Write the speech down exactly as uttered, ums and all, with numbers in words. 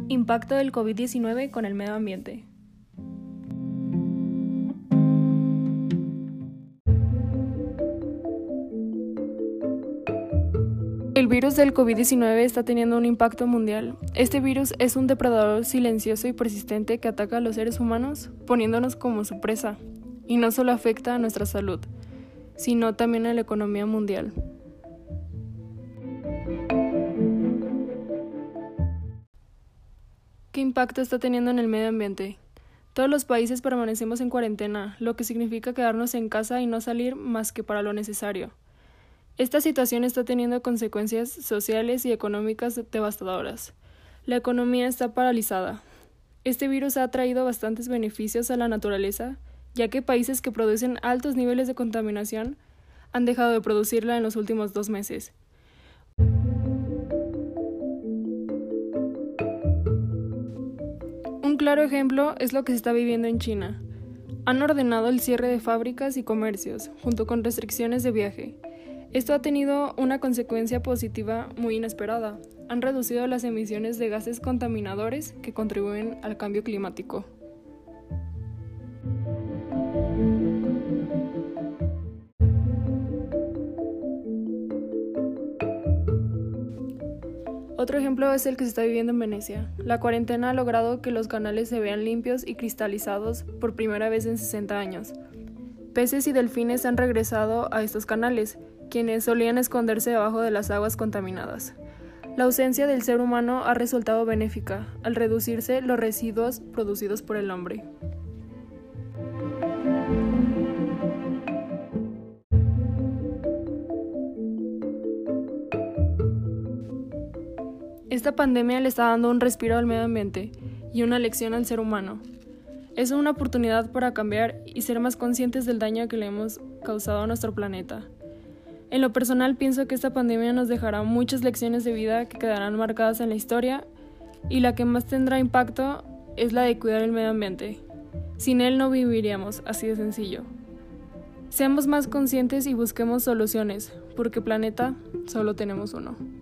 Impacto del COVID diecinueve con el medio ambiente. El virus del COVID diecinueve está teniendo un impacto mundial. Este virus es un depredador silencioso y persistente que ataca a los seres humanos, poniéndonos como su presa, y no solo afecta a nuestra salud, sino también a la economía mundial. ¿Qué impacto está teniendo en el medio ambiente? Todos los países permanecemos en cuarentena, lo que significa quedarnos en casa y no salir más que para lo necesario. Esta situación está teniendo consecuencias sociales y económicas devastadoras. La economía está paralizada. Este virus ha traído bastantes beneficios a la naturaleza, ya que países que producen altos niveles de contaminación han dejado de producirla en los últimos dos meses. Un claro ejemplo es lo que se está viviendo en China. Han ordenado el cierre de fábricas y comercios, junto con restricciones de viaje. Esto ha tenido una consecuencia positiva muy inesperada. Han reducido las emisiones de gases contaminadores que contribuyen al cambio climático. Otro ejemplo es el que se está viviendo en Venecia. La cuarentena ha logrado que los canales se vean limpios y cristalizados por primera vez en sesenta años. Peces y delfines han regresado a estos canales, quienes solían esconderse debajo de las aguas contaminadas. La ausencia del ser humano ha resultado benéfica, al reducirse los residuos producidos por el hombre. Esta pandemia le está dando un respiro al medio ambiente y una lección al ser humano. Es una oportunidad para cambiar y ser más conscientes del daño que le hemos causado a nuestro planeta. En lo personal, pienso que esta pandemia nos dejará muchas lecciones de vida que quedarán marcadas en la historia, y la que más tendrá impacto es la de cuidar el medio ambiente. Sin él no viviríamos, así de sencillo. Seamos más conscientes y busquemos soluciones, porque planeta solo tenemos uno.